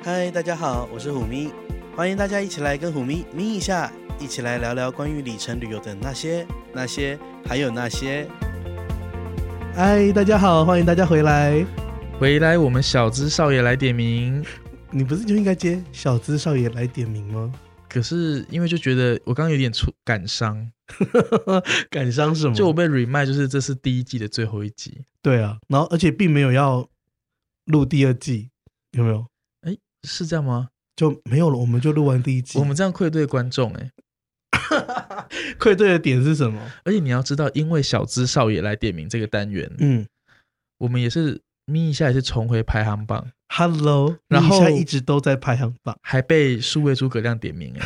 嗨，大家好，我是虎咪，欢迎大家一起来跟虎咪咪一下，一起来聊聊关于里程旅游的那些、还有那些。嗨，大家好，欢迎大家回来。 我们小资少爷来点名。 你不是就应该接小资少爷来点名吗？ 可是因为就觉得我刚刚有点感伤。 感伤什么？ 就我被 remind 就是这是第一季的最后一集。 对啊，然后而且并没有要录第二季，有没有？ 是这样吗？ 就没有了，我们就录完第一季。 我们这样愧对观众愧对的点是什么？ 而且你要知道，因为小资少爷来点名这个单元，我们也是咪一下也是重回排行榜。 Hello， 然后咪一下一直都在排行榜， 还被数位诸葛亮点名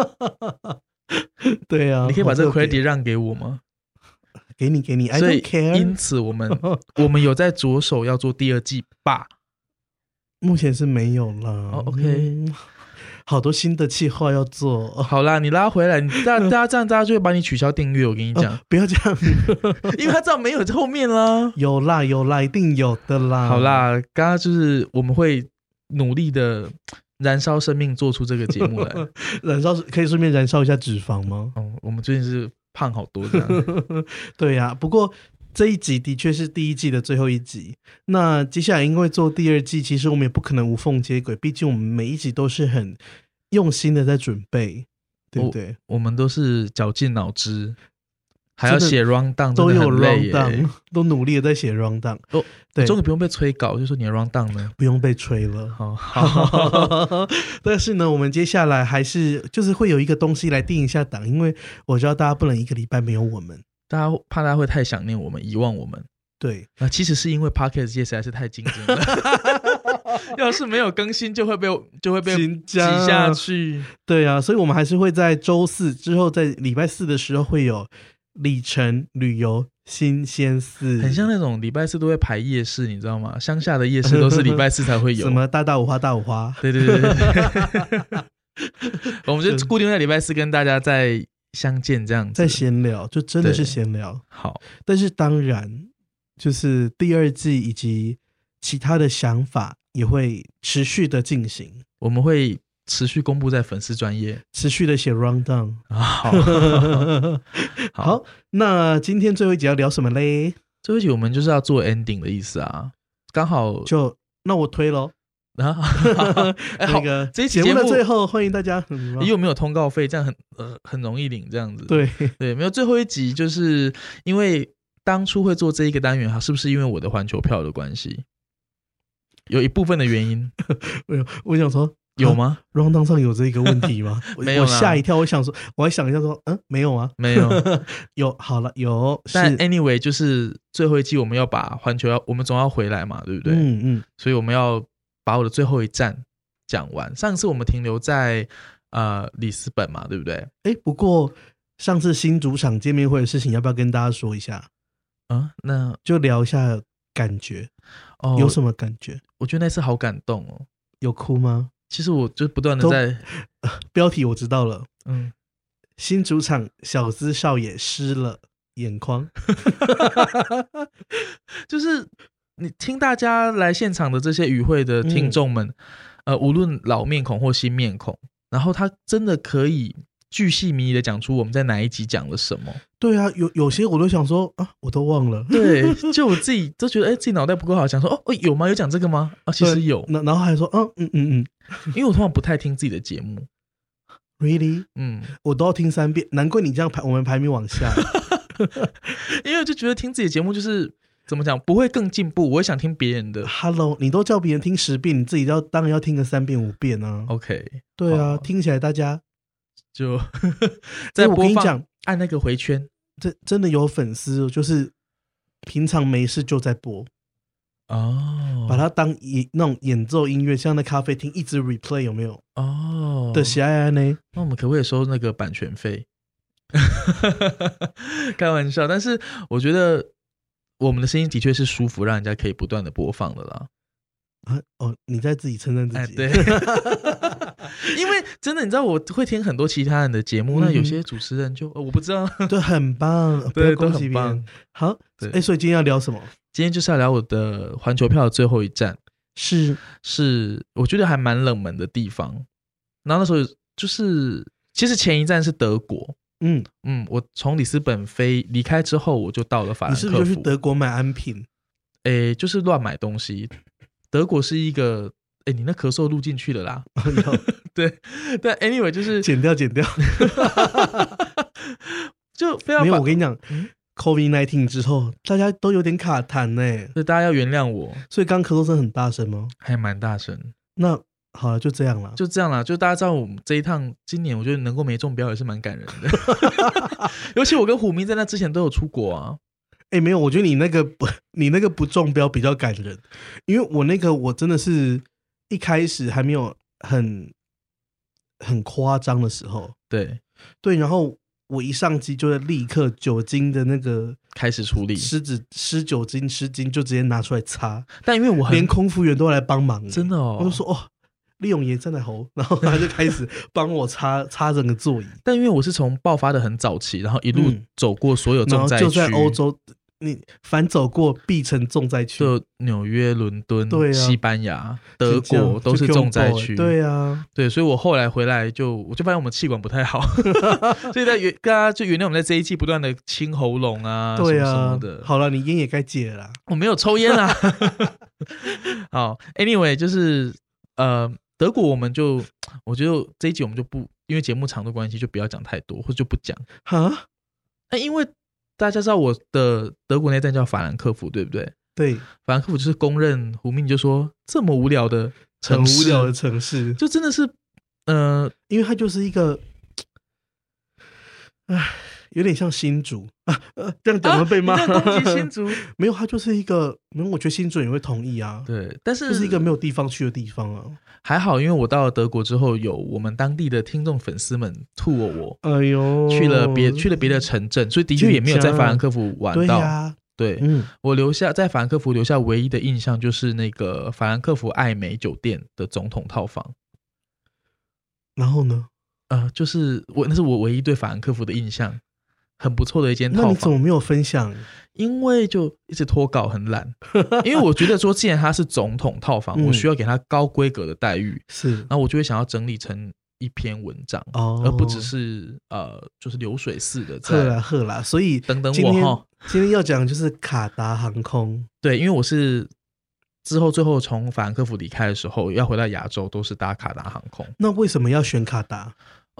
对啊， 你可以把这个 credit 让给我吗？ 给你 I don't care。 因此我们有在着手要做第二季吧。 目前是没有啦。 OK， 好多新的企划要做。 好啦，你拉回来，大家这样大家就会把你取消订阅。我跟你讲， 不要这样， 因为他知道没有在后面啦。 有啦，一定有的啦。 好啦，刚刚就是我们会努力的燃烧生命，做出这个节目来。 燃烧可以顺便燃烧一下脂肪吗？ 我们最近是胖好多这样。 对呀，不过这一集的确是第一季的最后一集，那接下来因为做第二季，其实我们也不可能无缝接轨，毕竟我们每一集都是很用心的在准备，对不对？ 我们都是绞尽脑汁，还要写 round down， 都有 round down， 都努力的在写 round down。对， 终于不用被催稿，就说你的 round down 呢， 不用被催了。好，但是呢，我们接下来还是就是会有一个东西来定一下档，因为我知道大家不能一个礼拜没有我们。 怕大家会太想念我们，遗忘我们。 对， 那其实是因为 Podcast 界实在是太竞争了，要是没有更新就会被挤下去。 对啊，所以我们还是会在周四之后，在礼拜四的时候会有里程旅游新鲜事， 很像那种礼拜四都会排夜市，你知道吗？乡下的夜市都是礼拜四才会有， 什么大五花。 对。我们就固定在礼拜四跟大家在相见，这样子在闲聊，就真的是闲聊。 好， 但是当然就是第二季以及其他的想法也会持续的进行， 我们会持续公布在粉丝专页， 持续的写 round down。 好， 那今天最后一集要聊什么嘞？ 最后一集我们就是要做 ending 的意思啊，刚好就那我推咯。那个这一期节目的最后，欢迎大家。 又没有通告费，这样很容易领，这样子。 对， 没有最后一集，就是因为当初会做这一个单元，是不是因为我的环球票的关系？有一部分的原因。 我想说， 有吗 ？round down 上有这个问题吗？ 没有， 我吓一跳，我还想一下说，没有啊， 没有。 有，好了，有。 但 anyway， 就是最后一季我们要把环球我们总要回来嘛，对不对？所以我们要把我的最后一站讲完。上次我们停留在里斯本嘛，对不对？ 不过上次新主场见面会的事情，要不要跟大家说一下？ 那就聊一下感觉。有什么感觉？ 我觉得那次好感动哦。 有哭吗？ 其实我就不断的在标题我知道了。新主场小资少爷湿了眼眶。就是你听大家来现场的这些与会的听众们，无论老面孔或新面孔，然后他真的可以巨细靡遗的讲出我们在哪一集讲了什么。 对啊，有些我都想说我都忘了。 对，就我自己都觉得自己脑袋不够好，想说有吗？有讲这个吗？其实有。 然后还说因为我通常不太听自己的节目。 Really？ 我都要听3遍，难怪你这样我们排名往下。 因为我就觉得听自己的节目就是怎么讲，不会更进步，我会想听别人的。 Hello， 你都叫别人听10遍，你自己当然要听个3遍5遍啊。 OK， 对啊，听起来大家就在播放， 我跟你讲， 按那个回圈， 这真的有粉丝就是平常没事就在播把它当那种演奏音乐，像在咖啡厅一直 replay， 有没有？的喜爱呢？ 那我们可不可以收那个版权费？开玩笑，但是我觉得我们的声音的确是舒服，让人家可以不断的播放的啦。 你在自己称赞自己。 对。因为真的你知道我会听很多其他人的节目，那有些主持人就我不知道。 对，很棒。 对，都很棒。 好，所以今天要聊什么？ 今天就是要聊我的环球票的最后一站是我觉得还蛮冷门的地方。然后那时候就是其实前一站是德国，我从里斯本离开之后我就到了法兰克福。 你是不是就去德国买安瓶？ 就是乱买东西。德国是一个你那咳嗽录进去了啦。对，但 anyway 就是剪掉就非常没有。我跟你讲COVID-19 之后大家都有点卡痰所以大家要原谅我。 所以刚咳嗽声很大声吗？ 还蛮大声。 那好了，就这样了。 就大家知道我们这一趟今年我觉得能够没中标也是蛮感人的。尤其我跟虎明在那之前都有出国啊。 没有，我觉得你那个不中标比较感人，因为我真的是一开始还没有很夸张的时候。对，然后我一上机就立刻酒精的那个开始处理， 湿酒精湿巾就直接拿出来擦。 但因为我连空服员都来帮忙， 真的我就说利用爷站在后，然后他就开始帮我擦整个座椅。 但因为我是从爆发的很早期，然后一路走过所有重灾区， 就在欧洲，你凡走过必成重灾区， 就纽约、伦敦、西班牙、德国都是重灾区。 对啊， 对，所以我后来回来我就发现我们气管不太好，所以大家就原谅我们在这一季不断的清喉咙啊， 对啊， 什么的。 好了，你烟也该戒了啦。 我没有抽烟啦。好 ，anyway 就是德国我觉得这一集我们就不因为节目长度关系就不要讲太多，或者就不讲哈。 因为大家知道我的德国那站叫法兰克福，对不对？ 对， 法兰克福就是公认，胡明就说这么无聊的城市， 很无聊的城市， 就真的是因为它就是一个有点像新竹这样讲会被骂。 攻击新竹没有，它就是一个，我觉得新竹也会同意啊。 对，但是就是一个没有地方去的地方啊。 还好，因为我到了德国之后，有我们当地的听众粉丝们吐我，去了别的城镇，所以的确也没有在法兰克福玩到。对，我在法兰克福留下唯一的印象就是那个法兰克福艾美酒店的总统套房。 然后呢？ 就是那是我唯一对法兰克福的印象。很不错的一间套房。 那你怎么没有分享？ 因为就一直脱稿，很懒。因为我觉得说，既然它是总统套房，我需要给它高规格的待遇， 是， 然后我就会想要整理成一篇文章，而不只是就是流水式的。 呵啦，所以等等我今天要讲的就是卡达航空。 对，因为我是最后从法兰克福离开的时候，要回到亚洲都是搭卡达航空。 那为什么要选卡达？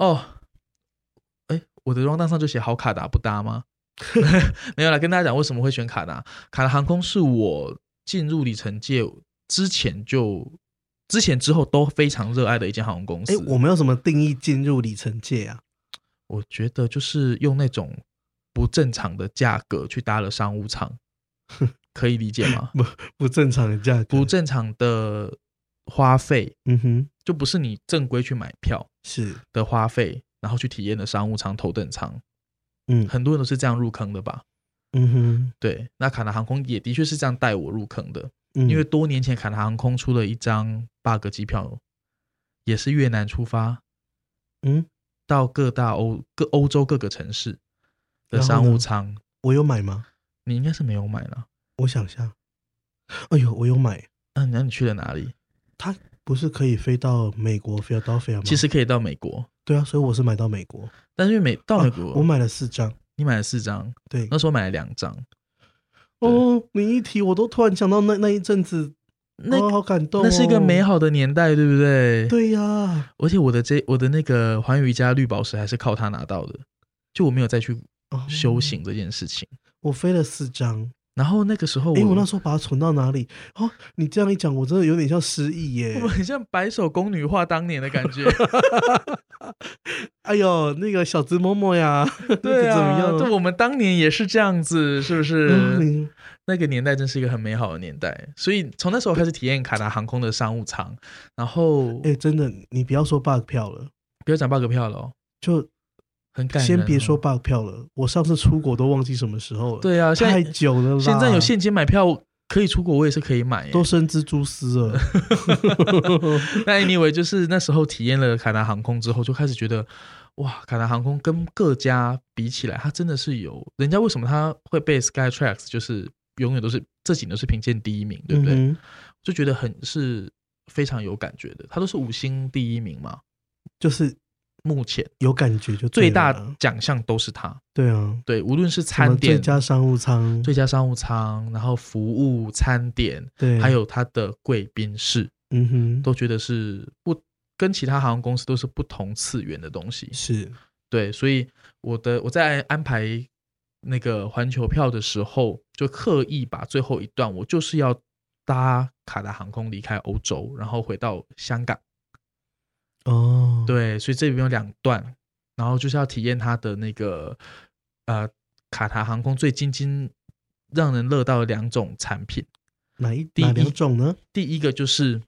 我的 rundown 上就写好卡达不搭吗？没有啦，跟大家讲为什么会选卡达。卡达航空是我进入里程界之前之后都非常热爱的一间航空公司。 我们有什么定义进入里程界啊？ 我觉得就是用那种不正常的价格去搭了商务舱。可以理解吗？ 不正常的价格， 不正常的花费，就不是你正规去买票是的花费，然后去体验的商务舱、头等舱。很多人都是这样入坑的吧。对，那卡达航空也的确是这样带我入坑的。因为多年前卡达航空出了一张bug机票，也是越南出发，到欧洲各个城市的商务舱。 我有买吗？ 你应该是没有买了。 我想一下，我有买。 那你去了哪里？ 它不是可以飞到美国 Philadelphia 吗？ 其实可以到美国。 对啊，所以我是买到美国。 但是到美国， 我买了4张。 你买了4张？ 对， 那时候买了2张。 你一提我都突然想到那一阵子，好感动。 那是一个美好的年代，对不对？ 对呀， 而且我的那个环宇家绿宝石还是靠它拿到的，就我没有再去修行这件事情。 我飞了4张。 然后那个时候我那时候把它存到哪里？你这样一讲，我真的有点像失忆耶。 我很像白手宫女画当年的感觉。 哎呦，那个小子嬷嬷呀， 对啊， 怎么样？ 对，我们当年也是这样子，是不是？那个年代真是一个很美好的年代，所以从那时候开始体验卡达航空的商务舱。然后， 真的，你不要说 bug 票了， 不要讲 bug 票了就。 很感人。 先别说bug票了，我上次出国都忘记什么时候了。 对啊， 太久了啦。 现在有现金买票可以出国，我也是可以买， 都生蜘蛛丝了。 那anyway，就是那时候体验了卡达航空之后，就开始觉得哇，卡达航空跟各家比起来，它真的是有人家为什么它会被 Skytrax 就是永远都是这几年都是评鉴第一名，对不对？就觉得是非常有感觉的。他都是5星第一名嘛， 就是目前有感觉就最大奖项都是他。 对啊， 对，无论是餐点、 最佳商务舱， 然后服务、餐点， 对， 还有他的贵宾室，都觉得是跟其他航空公司都是不同次元的东西。 是， 对，所以我在安排那个环球票的时候，就刻意把最后一段我就是要搭卡达航空离开欧洲，然后回到香港。 哦， 对，所以这边有2段，然后就是要体验它的那个卡达航空最津津让人乐道的2种产品。 哪2种呢？ 第一个就是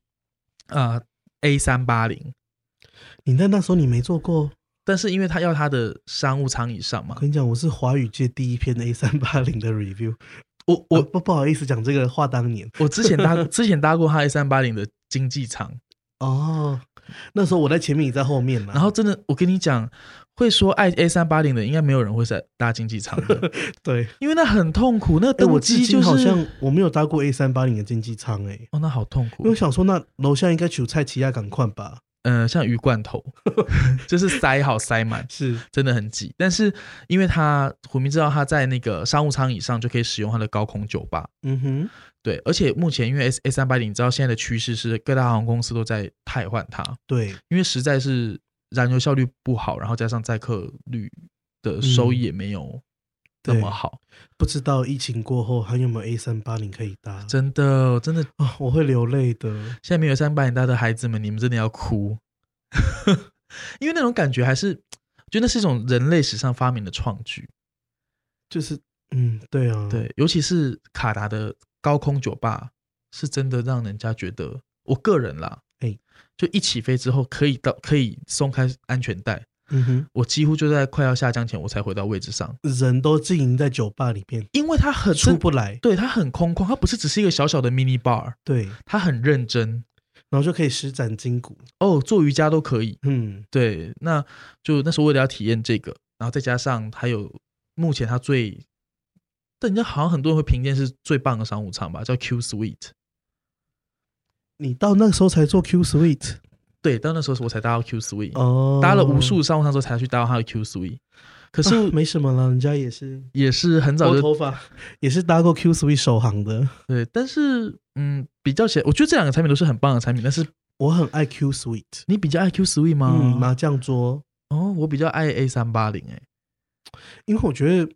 A380。 你在那时候你没做过？ 但是因为他要他的商务舱以上嘛。 我跟你讲，我是华语界第一篇 A380 的 review。我不好意思讲这个话当年。 我之前搭过他 A380 的经济舱。 哦，那时候我在前面，你在后面嘛。 然后真的，我跟你讲，会说爱 A380 的，应该没有人会是搭经济舱的。 对， 因为那很痛苦，那登机就是好像我没有搭过 A380 的经济舱哦，那好痛苦。 因为我想说，那楼下应该取菜奇亚赶快吧。 像鱼罐头，就是塞好塞满， 是真的很挤。但是因为虎明知道他在那个商务舱以上就可以使用他的高空酒吧。对，而且目前因为 A380，你知道现在的趋势是各大航空公司都在汰换它。 对， 因为实在是燃油效率不好，然后加上载客率的收益也没有那么好。 不知道疫情过后还有没有 A380 可以搭？ 真的我会流泪的。 现在没有A380搭的孩子们，你们真的要哭。因为那种感觉还是我觉得那是一种人类史上发明的创举。 就是对啊， 对，尤其是卡达的高空酒吧是真的让人家觉得，我个人啦，就一起飞之后可以松开安全带。我几乎就在快要下降前我才回到位置上， 人都经营在酒吧里面， 因为它很出不来。 对，它很空旷，它不是只是一个小小的 mini bar。对，它很认真， 然后就可以施展筋骨做瑜伽都可以。对，那时候为了要体验这个，然后再加上还有目前它但人家好像很多人会评鉴是最棒的商务舱吧，叫 Q Suite。 你到那个时候才做 Q Suite？ 对，到那时候我才搭到 Q Suite，搭了无数商务舱之后才去搭到他的 Q Suite。可是没什么了，人家也是很早就头发，也是搭过 Q Suite 首航的。 对，但是比较起来，我觉得这2个产品都是很棒的产品，但是我很爱 Q Suite。 你比较爱 Q Suite 吗？ 麻将桌。 我比较爱 A380。 因为我觉得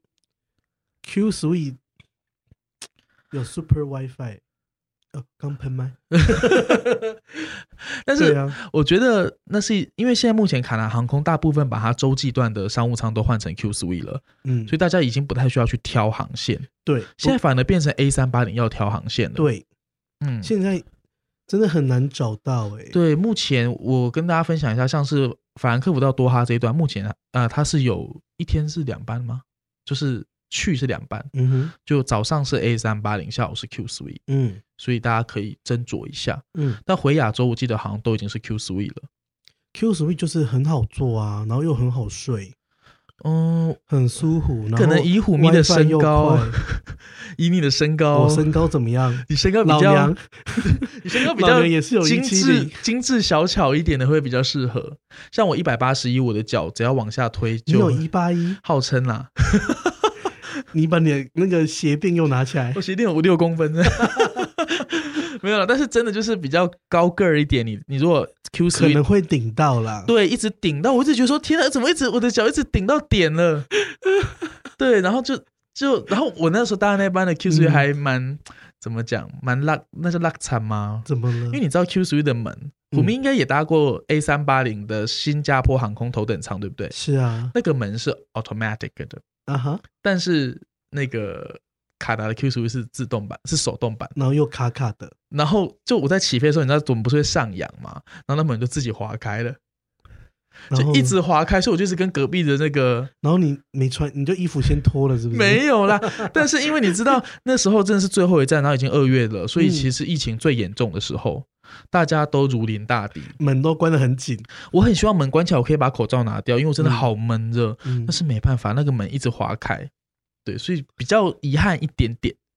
Q Suite 有 Super WiFi。刚喷麦。 但是我觉得那是因为现在目前卡达航空大部分把它洲际段的商务舱都换成 Q Suite 了，所以大家已经不太需要去挑航线。对，现在反而变成 A380 要挑航线了。对， 现在真的很难找到。 对，目前我跟大家分享一下，像是法兰克福到多哈这一段，目前它是有一天是2班吗？就是去是2班，就早上是 A380，下午是 Q Suite，所以大家可以斟酌一下。但回亚洲我记得好像都已经是 Q Suite 了。 Q Suite 就是很好坐啊，然后又很好睡，很舒服。 可能以虎咪的身高，以你的身高， 我身高怎么样？ 你身高比较， 老娘你身高比较也是有精致小巧一点的会比较适合。像我181，我的脚只要往下推就， 你有181， 号称啦。 你把你的那个鞋垫又拿起来， 我鞋垫有6公分。没有了，但是真的就是比较高个儿一点，你如果 Q Suite 可能会顶到啦。 对，一直顶到，我一直觉得说天哪，怎么我的脚一直顶到点了。对，然后然后我那时候搭那班的 Q Suite 还蛮怎么讲，蛮那是落惨吗？ 怎么了？因为你知道 Q Suite 的门，我们应该也搭过 A380 的新加坡航空头等舱，对不对？ 是啊， 那个门是 automatic 的。但是那个卡达的 Q Suite 是自动版，是手动版， 然后又卡卡的， 然后就我在起飞的时候，你知道我们不是会上扬嘛，然后那门就自己滑开了，就一直滑开，所以我就是跟隔壁的那个， 然后你没穿，你就衣服先脱了是不是？ 没有啦，但是因为你知道那时候真的是最后一站，然后已经2月了，所以其实疫情最严重的时候。大家都如临大敌， 门都关得很紧。 我很希望门关起来，我可以把口罩拿掉，因为我真的好闷热。但是没办法，那个门一直滑开，对，所以比较遗憾一点点。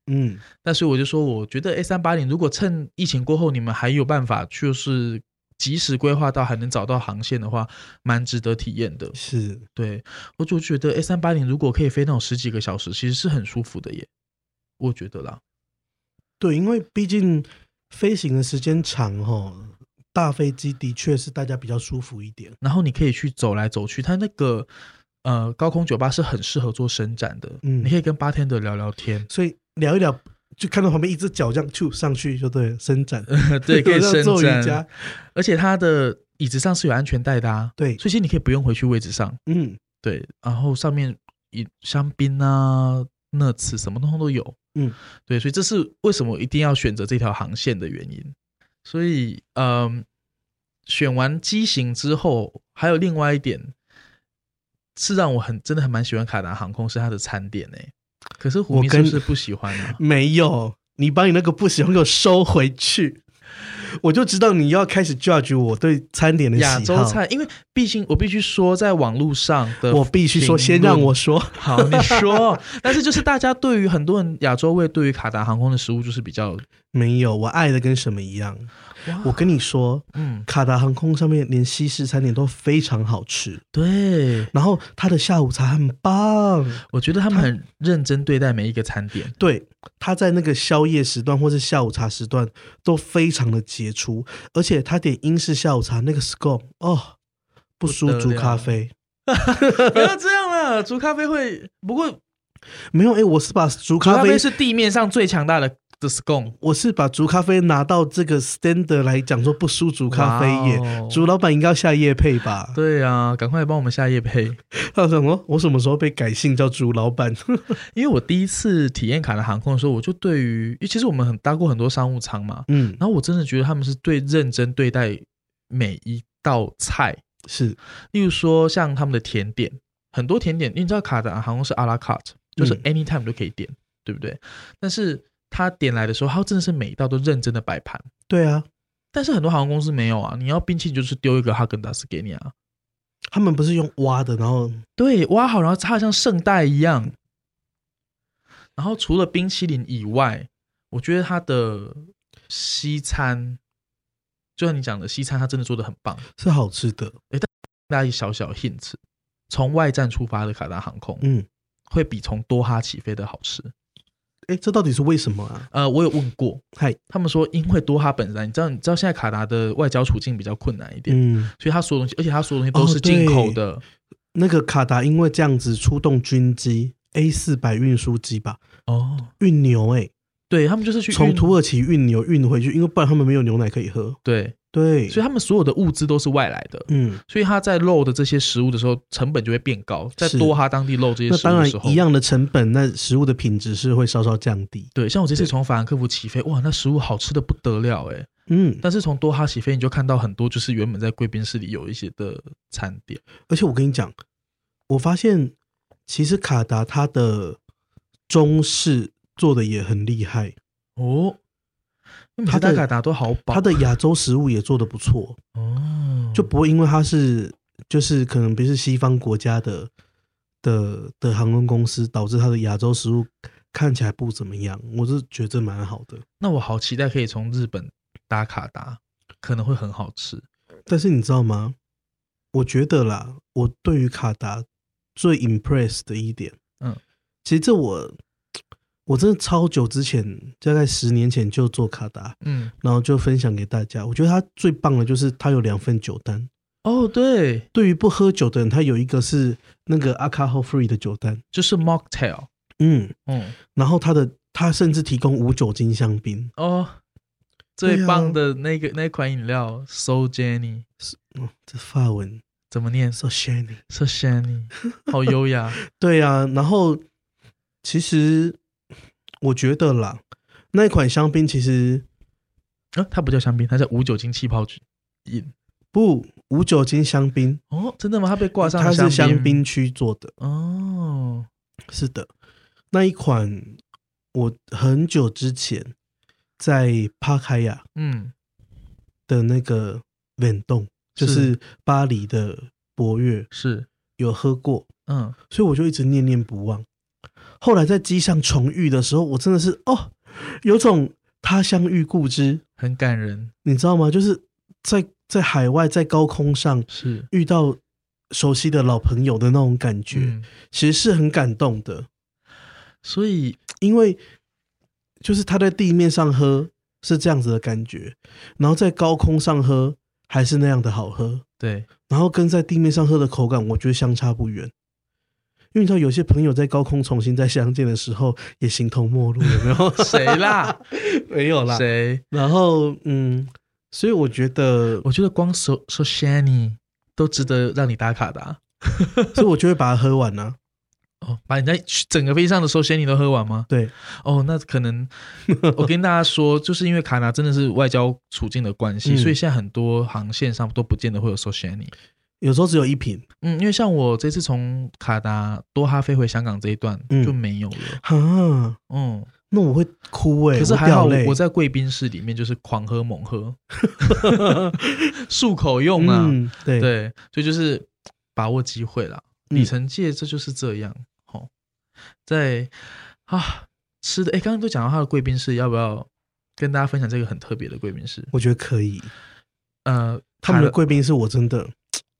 但所以我就说，我觉得 A380 如果趁疫情过后你们还有办法就是及时规划到还能找到航线的话，蛮值得体验的。 是， 对，我就觉得 A380 如果可以飞那种10几个小时，其实是很舒服的耶，我觉得啦。 对，因为毕竟飞行的时间长大飞机的确是大家比较舒服一点， 然后你可以去走来走去，它那个高空酒吧是很适合做伸展的，你可以跟 bartender 聊聊天， 所以聊一聊就看到旁边一只脚这样上去就对了，伸展对，可以伸做瑜展， 伽， 而且它的椅子上是有安全带的啊， 对， 所以其实你可以不用回去位置上，对，然后上面香槟啊、nuts 什么东西都有，对，所以这是为什么一定要选择这条航线的原因。所以选完机型之后，还有另外一点是让我真的还蛮喜欢卡达航空，是它的餐点欸。可是虎迷是不是不喜欢啊？ 没有，你把你那个不喜欢给我收回去。我就知道你要开始 judge 我对餐点的喜好。 亚洲菜，因为毕竟我必须说，在网络上的我必须说，先让我说。 好，你说。但是就是大家对于很多人亚洲味，对于卡达航空的食物就是比较没有，我爱的跟什么一样。我跟你说，卡达航空上面连西式餐点都非常好吃， 对。 然后他的下午茶很棒， 我觉得他们很认真对待每一个餐点。 对，他在那个宵夜时段或是下午茶时段都非常的杰出，而且他点英式下午茶那个 scone 不输竹咖啡。 不要这样了，竹咖啡会，不过没有我是把竹咖啡是地面上最强大的scone， 我是把竹咖啡拿到这个 standard 来讲说不输竹咖啡耶，竹老板应该要下业配吧？ 对啊，赶快帮我们下业配。 他想说我什么时候被改姓叫竹老板？ 因为我第一次体验卡达航空的时候，我就对于，因为其实我们搭过很多商务舱嘛，然后我真的觉得他们是认真对待每一道菜， 是， 例如说像他们的甜点，很多甜点，你知道卡达航空是 à la carte， 就是 anytime 都可以点，对不对？但是他点来的时候，他真的是每一道都认真的摆盘。 对啊， 但是很多航空公司没有啊，你要冰淇淋就是丢一个哈根达斯给你啊。 他们不是用挖的，然后对，挖好，然后它像圣代一样。然后除了冰淇淋以外，我觉得它的西餐，就像你讲的西餐，它真的做得很棒， 是好吃的。 但大家一小小 hint， 从外站出发的卡达航空，会比从多哈起飞的好吃。 这到底是为什么啊？ 我有问过，他们说因为多哈本身，你知道现在卡达的外交处境比较困难一点，所以他所有东西，而且他所有东西都是进口的。 那个卡达因为这样子出动军机 A400 运输机吧，运牛对，他们就是去从土耳其运牛运回去，因为不然他们没有牛奶可以喝。对， 所以他们所有的物资都是外来的，所以他在漏的这些食物的时候，成本就会变高。在多哈当地漏这些食物的时候， 那当然一样的成本，那食物的品质是会稍稍降低。 对，像我这次从法兰克福起飞，哇，那食物好吃的不得了但是从多哈起飞，你就看到很多就是原本在贵宾室里有一些的餐点。 而且我跟你讲，我发现其实卡达它的中式做的也很厉害他的卡达都好饱， 他的亚洲食物也做得不错就不会因为他是就是可能不是西方国家的航空公司，导致他的亚洲食物看起来不怎么样。我是觉得蛮好的。 那我好期待可以从日本搭卡达，可能会很好吃。 但是你知道吗？我觉得啦，我对于卡达最 impress 的一点，其实这我真的超久之前，大概10年前就做卡达，然后就分享给大家。我觉得它最棒的就是它有2份酒单。 对， 对于不喝酒的人，它有一个是那个 alcohol free 的酒单， 就是 mocktail。 然后它甚至提供无酒精香槟。 最棒的那款饮料 So Jenny， 这法文怎么念 ？So Jenny， So Jenny， 好优雅。 对啊，然后其实我觉得啦，那一款香槟其实它不叫香槟，它叫无酒精气泡饮。 不，无酒精香槟。 真的吗？它被挂上它是香槟区做的。是的，那一款我很久之前在帕开亚的那个冷冻，就是巴黎的博悦， 是有喝过，所以我就一直念念不忘。 后来在机上重遇的时候，我真的是有种他乡遇故知， 很感人， 你知道吗？就是在海外，在高空上是遇到熟悉的老朋友的那种感觉，其实是很感动的。 所以， 因为就是他在地面上喝是这样子的感觉，然后在高空上喝还是那样的好喝， 对， 然后跟在地面上喝的口感，我觉得相差不远。因为你知道，有些朋友在高空重新再相见的时候，也形同陌路，有没有？ 谁啦？ 没有啦。 谁？ 然后，所以我觉得光说 Shani 都值得让你打卡的， 所以我就会把它喝完啊。 把你在整个飞机上的 Shani 都喝完吗？ 对。 那可能我跟大家说，就是因为卡达真的是外交处境的关系，所以现在很多航线上都不见得会有 Shani。 有时候只有一瓶， 因为像我这次从卡达多哈飞回香港这一段就没有了， 那我会哭可是还好我在贵宾室里面就是狂喝猛喝，漱口用啊，对，所以就是把握机会啦，里程界这就是这样，在吃的，刚刚都讲到他的贵宾室，要不要跟大家分享这个很特别的贵宾室？ 我觉得可以，他们的贵宾室我真的。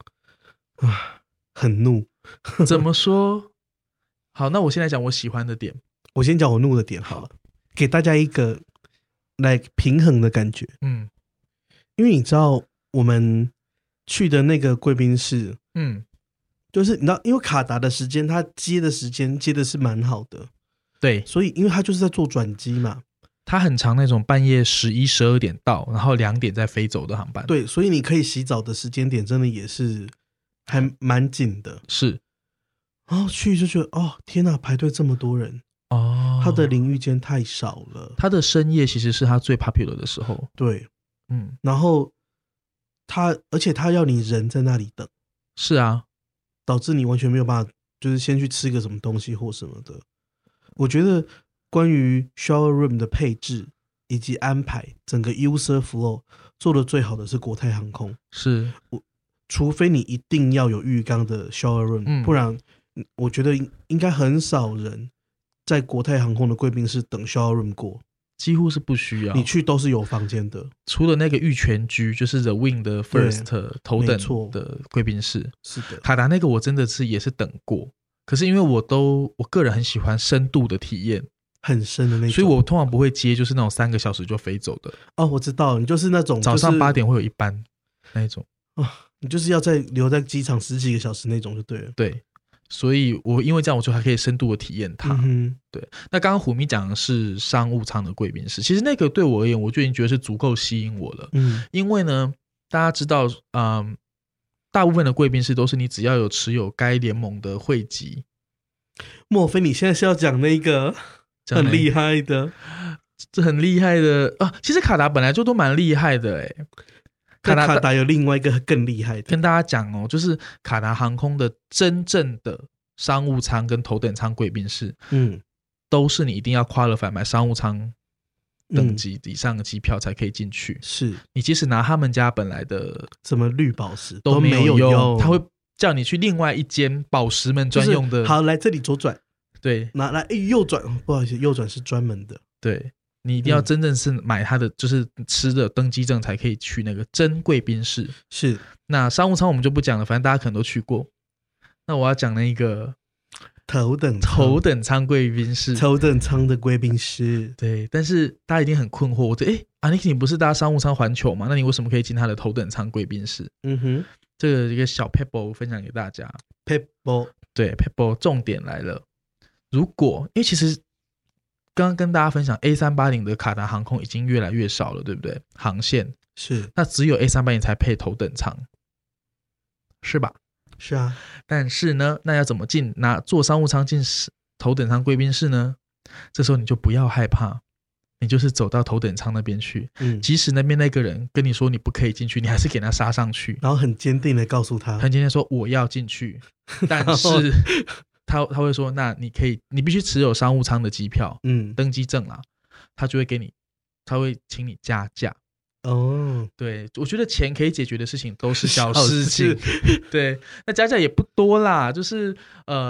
很怒。 怎么说？好，那我先来讲我喜欢的点。 我先讲我怒的点好了，给大家一个来平衡的感觉。因为你知道我们去的那个贵宾室，就是你知道，因为卡达的时间，他接的时间接的是蛮好的，对，所以因为他就是在做转机嘛， 他很长那种半夜11、12点到，然后2点再飞走的航班。 对，所以你可以洗澡的时间点真的也是还蛮紧的， 是。 然后去就觉得天哪，排队这么多人他的淋浴间太少了。 他的深夜其实是他最 popular 的时候， 对，然后而且他要你人在那里等， 是啊，导致你完全没有办法，就是先去吃个什么东西或什么的。我觉得关于 shower room 的配置以及安排，整个 user flow 做的最好的是国泰航空， 是除非你一定要有浴缸的 shower room，不然我觉得应该很少人在国泰航空的贵宾室等 shower room 过， 几乎是不需要， 你去都是有房间的， 除了那个御泉居，就是 The Wing 的 First 头等的贵宾室。是的，卡达那个我真的是也是等过，可是因为我个人很喜欢深度的体验， 很深的那种， 所以我通常不会接就是那种3个小时就飞走的。 我知道，你就是那种早上8点会有一班那一种， 你就是要留在机场10几个小时那种就对了。 对，所以我因为这样，我就还可以深度的体验它。对。那刚刚虎咪讲的是商务舱的贵宾室，其实那个对我而言，我就已经觉得是足够吸引我了。因为呢，大家知道，大部分的贵宾室都是你只要有持有该联盟的会籍。 莫非你现在是要讲那个很厉害的？ 这很厉害的其实卡达本来就都蛮厉害的卡达有另外一个更厉害的， 跟大家讲就是卡达航空的真正的商务舱跟头等舱贵宾室，都是你一定要qualify买商务舱等级以上的机票才可以进去。是你即使拿他们家本来的什么绿宝石都没有用，他会叫你去另外一间宝石们专用的， 好，来这里左转， 对， 来右转，不好意思，右转是专门的， 对。你一定要真正是买他的就是吃的登机证才可以去那个真贵宾室。是，那商务舱我们就不讲了，反正大家可能都去过。那我要讲那个头等舱贵宾室， 头等舱的贵宾室。 对，但是大家一定很困惑，阿尼克你不是搭商务舱环球吗？那你为什么可以进他的头等舱贵宾室？这个一个小 pebble 分享给大家。 pebble， 对 pebble， 重点来了。因为其实刚刚跟大家分享 A380 的卡达航空已经越来越少了，对不对？航线是，那只有 A380 才配头等舱，是吧？ 是啊。 但是呢，那要怎么坐商务舱进头等舱贵宾室呢？这时候你就不要害怕，你就是走到头等舱那边去，即使那边那个人跟你说你不可以进去，你还是给他杀上去， 然后很坚定的告诉他， 很坚定说我要进去，但是他会说，那你必须持有商务舱的机票，登机证啦，他就会他会请你加价。对，我觉得钱可以解决的事情都是小事情。对，那加价也不多啦，就是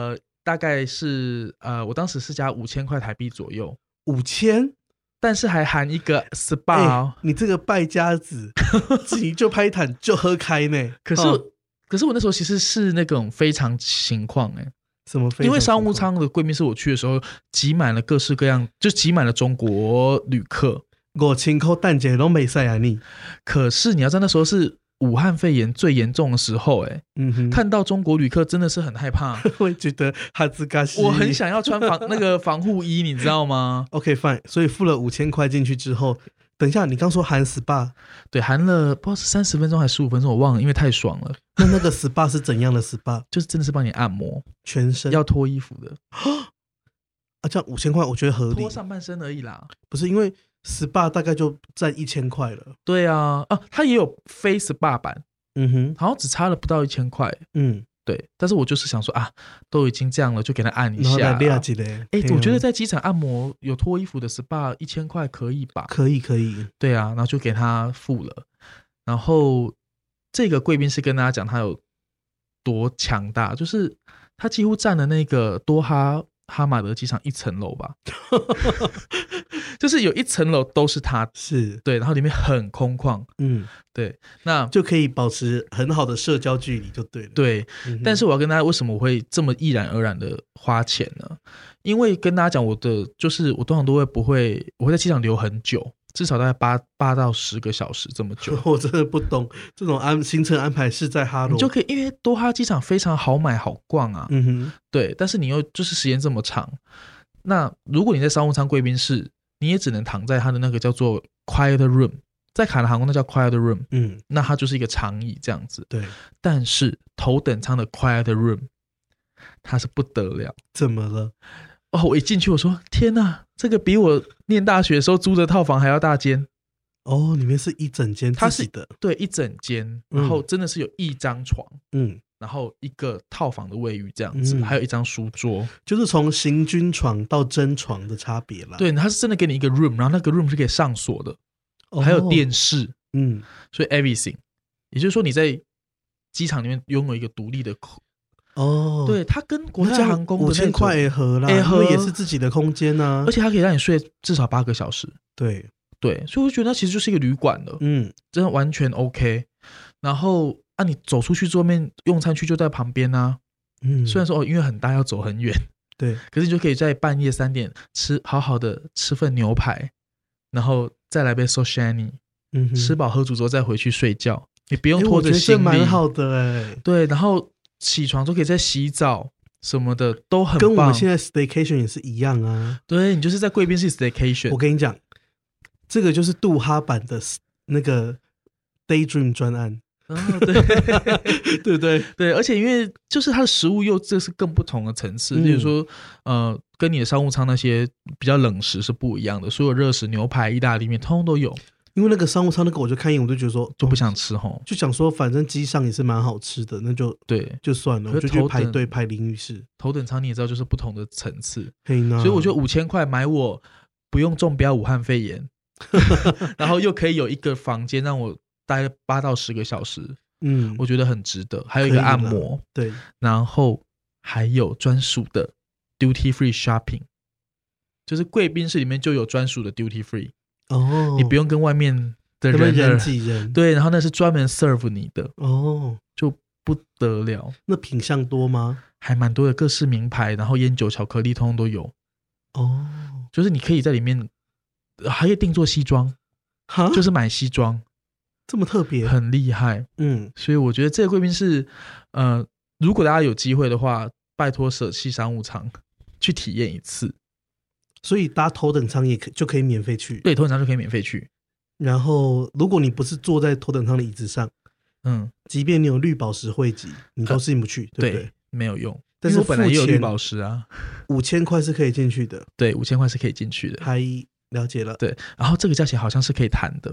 大概是我当时是加5000块台币左右 ，5000， 但是还含一个 SPA 哦。 你这个败家子，自己就拍坦就喝开呢。 可是我那时候其实是那种非常情况什么非常情况？ 因为商务舱的贵宾室我去的时候挤满了各式各样，就挤满了中国旅客 ，5000块蛋姐都没塞啊你。 可是你要知道那时候是武汉肺炎最严重的时候看到中国旅客真的是很害怕。 会觉得哈兹嘎西， 我很想要穿那个防护衣你知道吗？ OK fine， 所以付了5000块进去之后，等一下你刚说含 SPA， 对，含了不知道是30分钟还是15分钟我忘了，因为太爽了。 那个 SPA 是怎样的 SPA？ 就是真的是帮你按摩全身， 要脱衣服的啊，这样5000块我觉得合理， 脱上半身而已啦。 不是因为 SPA 大概就占1000块了。 对啊，它也有非 SPA 版，好像只差了不到1000块。对，但是我就是想说都已经这样了，就给他按一下。 然后来我觉得在机场按摩有脱衣服的 SPA 1000块可以吧？ 可以。 对啊，然后就给他付了。然后这个贵宾室跟大家讲他有多强大，就是他几乎占了那个多哈马德机场1层楼吧。就是有1层楼都是他， 是对，然后里面很空旷，对，那就可以保持很好的社交距离就对了。 对，但是我要跟大家为什么我会这么毅然而然的花钱呢？因为跟大家讲就是我通常我会在机场留很久，至少大概8到10个小时这么久。 我真的不懂这种行程安排是在哈罗， 你就可以，因为多哈机场非常好买好逛啊，对，但是你又就是时间这么长，那如果你在商务舱贵宾室，你也只能躺在它的那个叫做 quiet room， 在卡达航空那叫 quiet room， 那它就是一个长椅这样子。 对， 但是头等舱的 quiet room 它是不得了。 怎么了？ 我一进去我说天哪，这个比我念大学的时候租的套房还要大间。 里面是一整间自己的， 对，一整间，然后真的是有一张床，然后一个套房的卫浴这样子，还有一张书桌， 就是从行军床到真床的差别啦。 对，它是真的给你一个 room， 然后那个 room 是可以上锁的，还有电视，所以 everything， 也就是说你在机场里面拥有一个独立的对，它跟国泰航空的 5000块也合啦，因为也是自己的空间啊， 而且它可以让你睡至少8个小时。 对， 所以我觉得那其实就是一个旅馆了，真的完全 OK。然后你走出去之后面用餐区就在旁边啊，虽然说因为很大要走很远， 对， 可是你就可以在半夜3点好好的吃份牛排，然后再来杯 Soshani，吃饱喝足之后再回去睡觉，你不用拖着行李， 蛮好的对，然后起床都可以再洗澡什么的都很棒， 跟我们现在 staycation 也是一样啊。 对，你就是在贵宾室 staycation。 我跟你讲，这个就是杜哈版的那个 Daydream 专案。对对对对，而且因为就是它的食物又这是更不同的层次，例如说跟你的商务舱那些比较冷食是不一样的，所有热食、牛排、意大利面通通都有。 因为那个商务舱那个我就看一眼我就觉得说就不想吃齁， 就想说反正机上也是蛮好吃的，那就对就算了，我就去排队排淋浴室。 头等舱你也知道就是不同的层次，所以我觉得5000块买我不用中标武汉肺炎然后又可以有一个房间让我待8到10个小时，我觉得很值得。还有一个按摩， 对， 然后还有专属的 duty free shopping， 就是贵宾室里面就有专属的 duty free，你不用跟外面的人挤人， 对，然后那是专门 serve 你的，就不得了。 那品项多吗？ 还蛮多的，各式名牌，然后烟酒巧克力通通都有。就是你可以在里面还可以定做西装，就是买西装， 这么特别， 很厉害。所以我觉得这个贵宾室如果大家有机会的话，拜托舍弃商务舱去体验一次。 所以搭头等舱就可以免费去， 对，头等舱就可以免费去。 然后如果你不是坐在头等舱的椅子上，即便你有绿宝石汇集，你都进不去，对不对？ 没有用。 但是我本来也有绿宝石啊 ，5000块是可以进去的。 对，5000块是可以进去的。 还了解了。 对，然后这个价钱好像是可以谈的。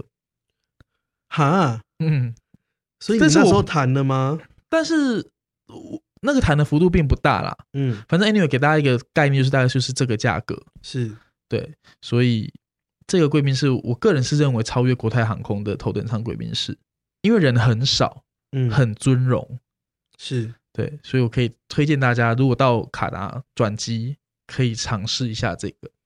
所以你那时候谈了吗？ 但是那个谈的幅度并不大啦。反正 anyway 给大家一个概念，就是大概就是这个价格。 是， 对，所以这个贵宾室我个人是认为超越国泰航空的头等舱贵宾室，因为人很少，很尊荣。 是， 对，所以我可以推荐大家，如果到卡达转机，可以尝试一下这个。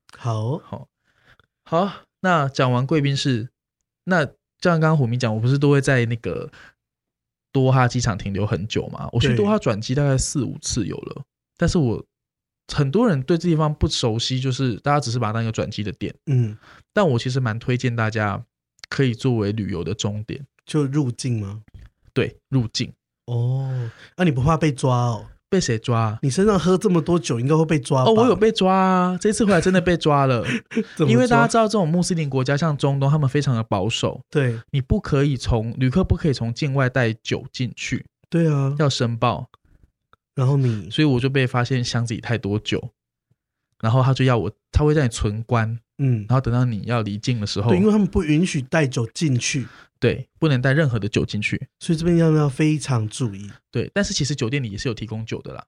好，那讲完贵宾室，那像刚刚虎明讲，我不是都会在那个多哈机场停留很久嘛？我去多哈转机大概4-5次有了，但是很多人对这地方不熟悉，就是大家只是把它当一个转机的点。但我其实蛮推荐大家可以作为旅游的终点。 就入境吗？ 对，入境。 那你不怕被抓哦？ 被谁抓？ 你身上喝这么多酒，应该会被抓吧？ 我有被抓啊！这次回来真的被抓了。因为大家知道，这种穆斯林国家像中东，他们非常的保守。 对， 你旅客不可以从境外带酒进去。 对啊， 要申报。 然后所以我就被发现箱子里太多酒，然后他就要他会让你存关，然后等到你要离境的时候， 对，因为他们不允许带酒进去。 对，不能带任何的酒进去， 所以这边要非常注意。 对，但是其实酒店里也是有提供酒的啦。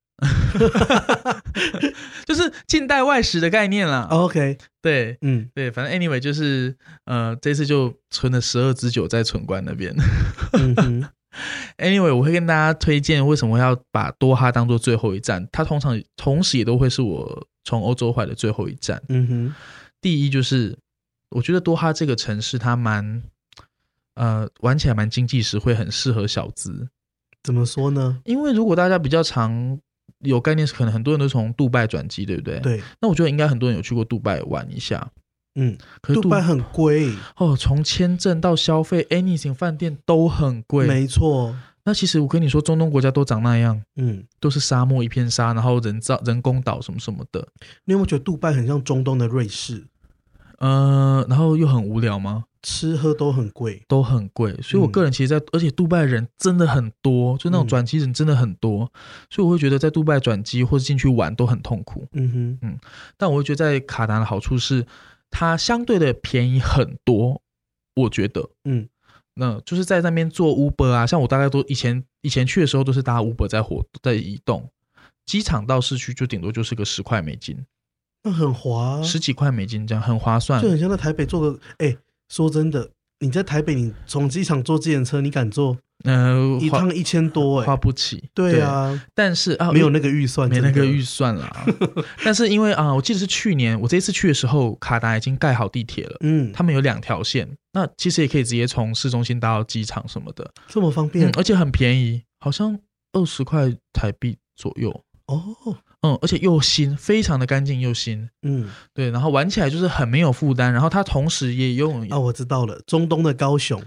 就是近代外食的概念啦。 OK， 对，对，反正 anyway 就是这次就存了12支酒在存关那边。Anyway， 我会跟大家推荐为什么要把多哈当做最后一站，它同时也都会是我从欧洲回来的最后一站。第一就是我觉得多哈这个城市它玩起来蛮经济实惠，很适合小资。 怎么说呢？ 因为如果大家比较常有概念，是可能很多人都从杜拜转机，对不对？ 对。 那我觉得应该很多人有去过杜拜玩一下。 可是杜拜很贵从签证到消费 anything 饭店都很贵。 没错。 那其实我跟你说，中东国家都长那样，都是沙漠一片沙，然后人工岛什么什么的。 你有没有觉得杜拜很像中东的瑞士？ 然后又很无聊吗？ 吃喝都很贵， 所以我个人其实而且杜拜人真的很多，就那种转机人真的很多，所以我会觉得在杜拜转机或者进去玩都很痛苦。但我会觉得在卡达的好处是它相对的便宜很多，我觉得那就是在那边做 Uber 啊，像我大概都以前去的时候都是搭 Uber 在移动，机场到市区就顶多就是个10块美金， 那很划 10几块美金这样很划算， 就很像在台北坐个说真的，你在台北你从机场坐计程车你敢坐一趟1000多花不起。 对啊， 但是没有那个预算， 没那个预算啦。但是因为我记得是去年我这一次去的时候，卡达已经盖好地铁了，他们有2条线，那其实也可以直接从市中心搭到机场什么的， 这么方便， 而且很便宜，好像20块台币左右。而且又新，非常的干净又新。对，然后玩起来就是很没有负担，然后它同时也用我知道了，中东的高雄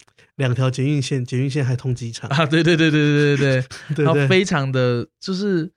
2条捷运线还通机场对，然后非常的就是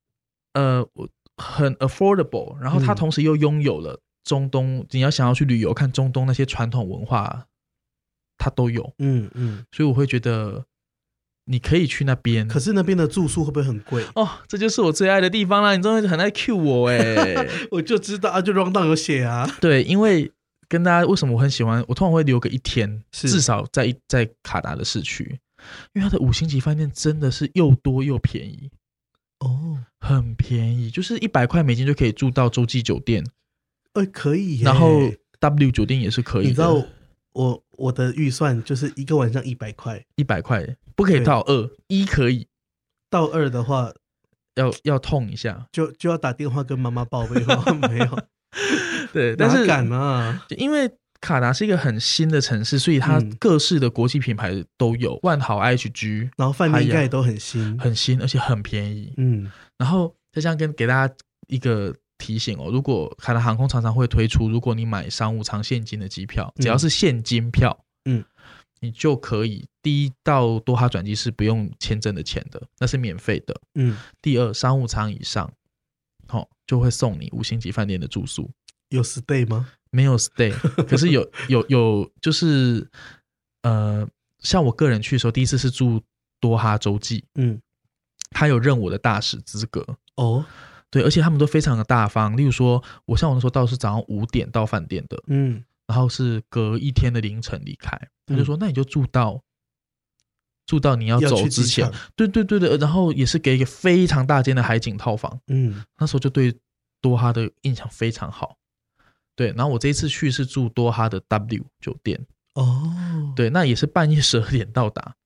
很 affordable， 然后它同时又拥有了中东，你要想要去旅游看中东那些传统文化，它都有。所以我会觉得你可以去那边。 可是那边的住宿会不会很贵？ 这就是我最爱的地方啦！你真的很爱 cue 我我就知道就 rundown 有写啊。 对，因为跟大家为什么我很喜欢，我通常会留个1天，至少在卡达的市区，因为它的5星级饭店真的是又多又便宜。很便宜，就是100块美金就可以住到洲际酒店。 可以耶。 然后 W 酒店也是可以的。 你知道我的预算就是一个晚上100块 ，100块不可以到2，1可以， 到2的话要痛一下， 就要打电话跟妈妈报备。没有， 对，但是哪敢啊？ 因为卡达是一个很新的城市，所以它各式的国际品牌都有，万豪、IHG， 然后饭店应该也都很新， 而且很便宜。然后再这样给大家一个提醒如果卡达航空常常会推出，如果你买商务舱现金的机票，只要是现金票，你就可以第一到多哈转机是不用签证的钱的，那是免费的。第二，商务舱以上就会送你5星级饭店的住宿。 有 stay 吗？ 没有 stay， 可是有就是像我个人去的时候，第一次是住多哈洲际，他有认我的大使资格。对，而且他们都非常的大方，例如说我那时候到是早上5点到饭店的，然后是隔1天的凌晨离开，他就说那你就住到你要走之前，对的，然后也是给一个非常大间的海景套房，那时候就对多哈的印象非常好。对，然后我这一次去是住多哈的 W 酒店，对，那也是半夜12点到达，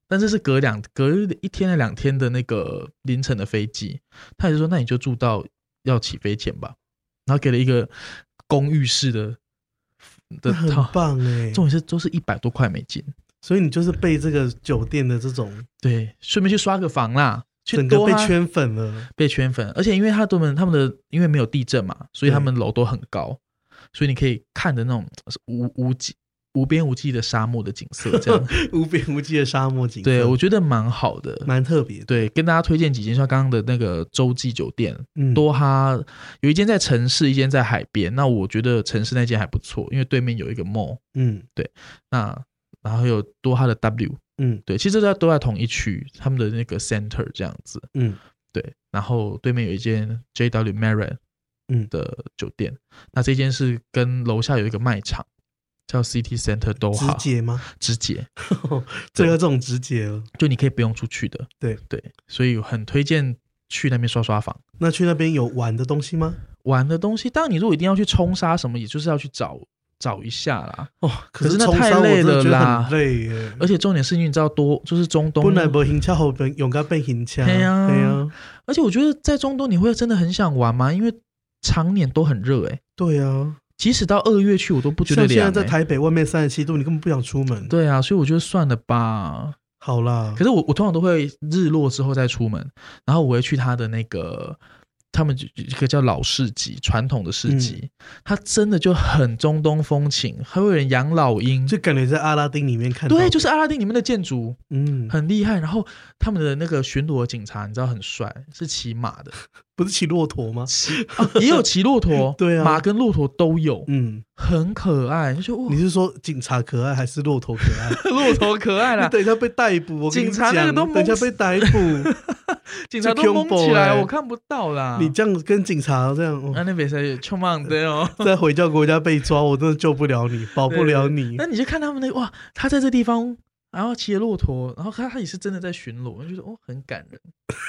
但是隔一天还2天的那个凌晨的飞机，他也是说那你就住到要起飞前吧，然后给了一个公寓式的很棒耶， 重点是都是100多块美金， 所以你就是被这个酒店的这种对，顺便去刷个房啦， 整个被圈粉了， 被圈粉，而且因为他们的因为没有地震嘛，所以他们楼都很高，所以你可以看的那种无边无际的沙漠的景色，这样无边无际的沙漠景色， 对，我觉得蛮好的， 蛮特别的。 对，跟大家推荐几间，像刚刚的那个洲际酒店，多哈有一间在城市，一间在海边。那我觉得城市那间还不错，因为对面有一个 mall， 对。那然后还有多哈的 W， 对，其实都在同一区，他们的那个 center 这样子，对。然后对面有一间 JW Marriott 的酒店，那这间是跟楼下有一个卖场。叫 City Center 都好， 直捷吗？ 直捷， 最后这种直捷了， 就你可以不用出去的。对，所以很推荐去那边刷刷房。 那去那边有玩的东西吗？ 玩的东西，当然你如果一定要去冲沙什么，也就是要去找一下啦。可是那太累了啦， 很累耶。 而且重点是，你知道就是中东， 本来没行车，后边勇敢被行车。对啊。 而且我觉得在中东你会真的很想玩吗？因为常年都很热哎。 对啊。 即使到2月去，我都不觉得凉。 像现在在台北，外面37度，你根本不想出门。 对啊，所以我觉得算了吧。 好啦， 可是我通常都会日落之后再出门，然后我会去他的那个，他们一个叫老市集，传统的市集，它真的就很中东风情，还会有人养老鹰， 就感觉在阿拉丁里面看到。 对，就是阿拉丁里面的建筑，很厉害。然后他们的那个巡逻警察，你知道很帅，是骑马的。 不是骑骆驼吗？ 也有骑骆驼， 对啊， 马跟骆驼都有，很可爱。 你是说警察可爱还是骆驼可爱？ 骆驼可爱啦， 你等一下被逮捕，我跟你讲， 警察那个都等一下被逮捕， 警察都蒙起来，我看不到啦。 你这样跟警察这样， 那别再冲忙的哦， 在回教国家被抓，我真的救不了你，保不了你。 那你就看他们那哇，他在这地方。然后骑着骆驼，然后他也是真的在巡逻，我就觉得很感人。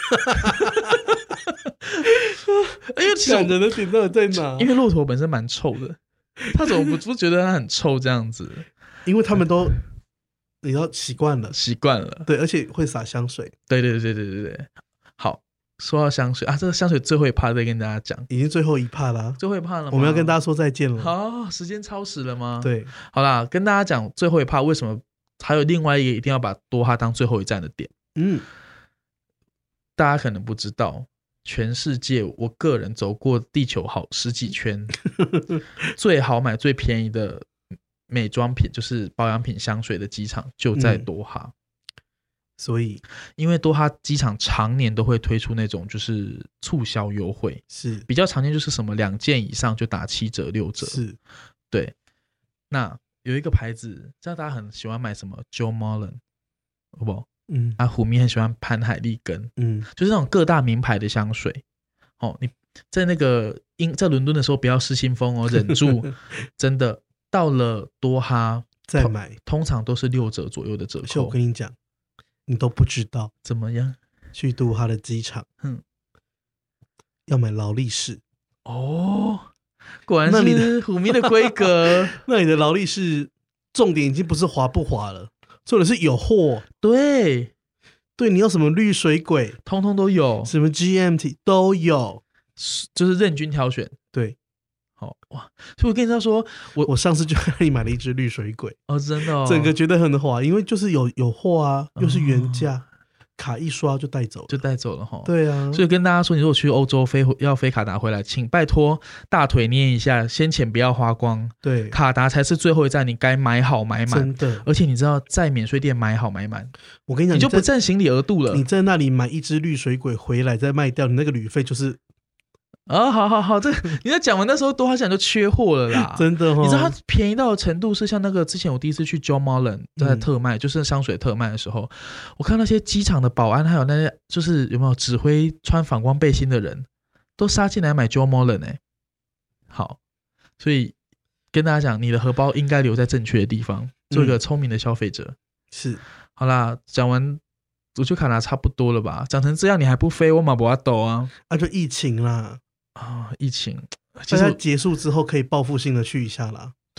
因为感人的点到底在哪？ 因为骆驼本身蛮臭的，他怎么不觉得他很臭这样子？ 因为他们都你要习惯了，对，而且会洒香水。 对。好，说到香水啊，这个香水最后一趴再跟大家讲， 已经最后一趴了， 最后一趴了吗？ 我们要跟大家说再见了。 好，时间超时了吗？ 对， 好啦，跟大家讲最后一趴为什么。还有另外一个一定要把多哈当最后一站的点。大家可能不知道，全世界我个人走过地球好10几圈，最好买最便宜的美妆品就是保养品香水的机场就在多哈。 所以因为多哈机场常年都会推出那种就是促销优惠，是比较常见，就是什么2件以上就打7折6折，是对。那有一个牌子，知道大家很喜欢买什么 Jo Malone， 好不好？虎迷很喜欢潘海利根，就是那种各大名牌的香水。你在那个在伦敦的时候不要失心疯哦，忍住，真的到了多哈再买， 通常都是6折左右的折扣。 我跟你讲，你都不知道怎么样？ 去多哈的机场，要买劳力士哦。果然是虎迷的规格。 那你的劳力士重点已经不是滑不滑了，重点是有货。 对， 你要什么绿水鬼， 通通都有， 什么 GMT 都有， 就是任君挑选。对，好哇！所以我跟你说， 我上次就在那里买了一只绿水鬼哦，真的整个觉得很滑，因为就是有货啊，又是原价。卡一刷就带走了齁。对啊，所以跟大家说，你如果去欧洲要飞卡达回来，请拜托大腿捏一下，先钱不要花光。对，卡达才是最后一站，你该买好买满。真的，而且你知道在免税店买好买满，我跟你讲，你就不占行李额度了。你在那里买一只绿水鬼回来再卖掉，你那个旅费就是好，这你在讲完那时候多哈机场就缺货了啦，真的。你知道它便宜到的程度是像那个之前我第一次去 Jo Malone 在特卖，就是香水特卖的时候，我看那些机场的保安还有那些就是有没有指挥穿反光背心的人都杀进来买 Jo Malone 好，所以跟大家讲，你的荷包应该留在正确的地方，做一个聪明的消费者。是，好啦，讲完我就卡达差不多了吧？讲成这样你还不飞，我嘛不要抖啊！就疫情啦。疫情，其实结束之后可以报复性的去一下啦。对，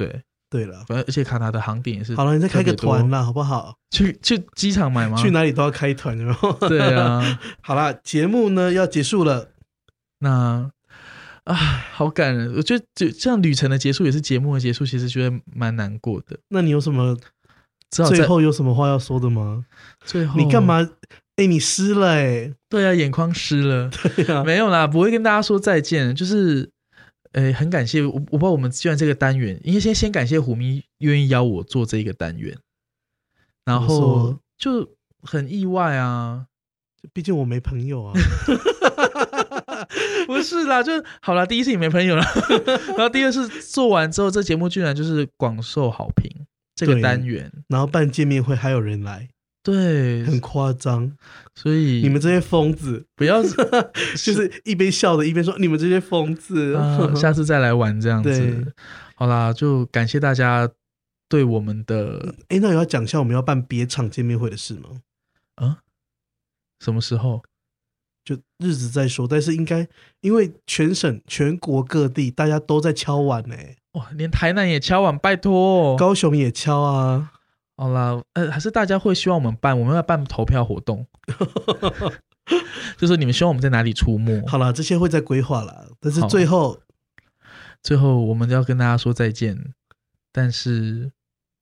对了， 而且卡达的航点也是。 好了，你再开个团啦，好不好？ 去机场买吗？ 去哪里都要开团，然后对啊。 好啦，节目呢要结束了， 那好感人。我觉得就这样旅程的结束也是节目的结束，其实觉得蛮难过的。 那你有什么最后有什么话要说的吗？ 最后你干嘛？你湿了对啊，眼眶湿了。 对啊， 没有啦，不会跟大家说再见，就是很感谢我不知道我们居然这个单元，因为先感谢虎咪愿意邀我做这个单元，然后就很意外啊， 毕竟我没朋友啊。 不是啦，就好啦，第一次你没朋友了，然后第二次做完之后，这节目居然就是广受好评，这个单元， 然后办见面会还有人来。 对， 很夸张， 所以你们这些疯子不要就是一边笑的一边说你们这些疯子， 下次再来玩这样子。好啦，就感谢大家对我们的那有要讲一下我们要办别场见面会的事吗？ 什么时候？ 就日子再说，但是因为全省全国各地大家都在敲碗哇，连台南也敲碗，拜托， 高雄也敲啊。 好啦，还是大家会希望我们要办投票活动，就是你们希望我们在哪里出没？ 好啦，这些会再规划啦。但是最后我们要跟大家说再见，但是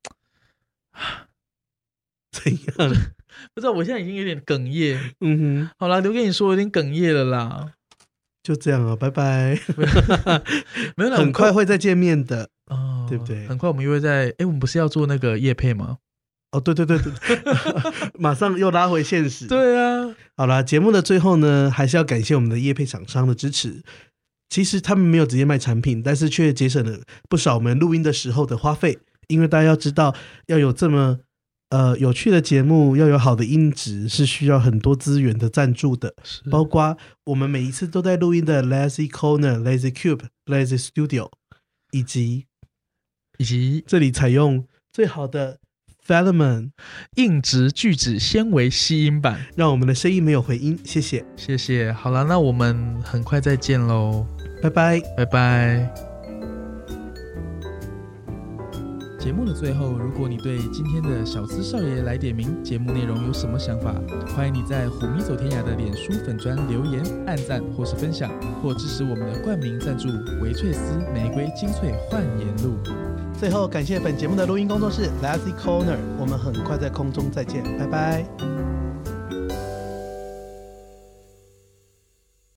怎样？ 不知道，我现在已经有点哽咽。好啦，留给你说，有点哽咽了啦。 就这样啊，拜拜。 没有啦， 很快会再见面的，对不对？ 很快我们又会在我们不是要做那个业配吗？ 对，马上又拉回现实。 对啊， 好啦，节目的最后呢，还是要感谢我们的业配厂商的支持。其实他们没有直接卖产品，但是却节省了不少我们录音的时候的花费。因为大家要知道，要有这么有趣的节目，要有好的音质，是需要很多资源的赞助的，包括我们每一次都在录音的 Lazy Corner、Lazy Cube、Lazy Studio， 以及这里采用最好的 Filament 硬质聚酯纤维吸音板， 让我们的声音没有回音。谢谢。好了，那我们很快再见咯， 拜拜。 节目的最后，如果你对今天的小资少爷来点名节目内容有什么想法，欢迎你在虎咪走天涯的脸书粉专留言、按赞或是分享，或支持我们的冠名赞助维翠丝玫瑰精粹焕颜露。 最后感谢本节目的录音工作室 Lazy Corner， 我们很快在空中再见，拜拜。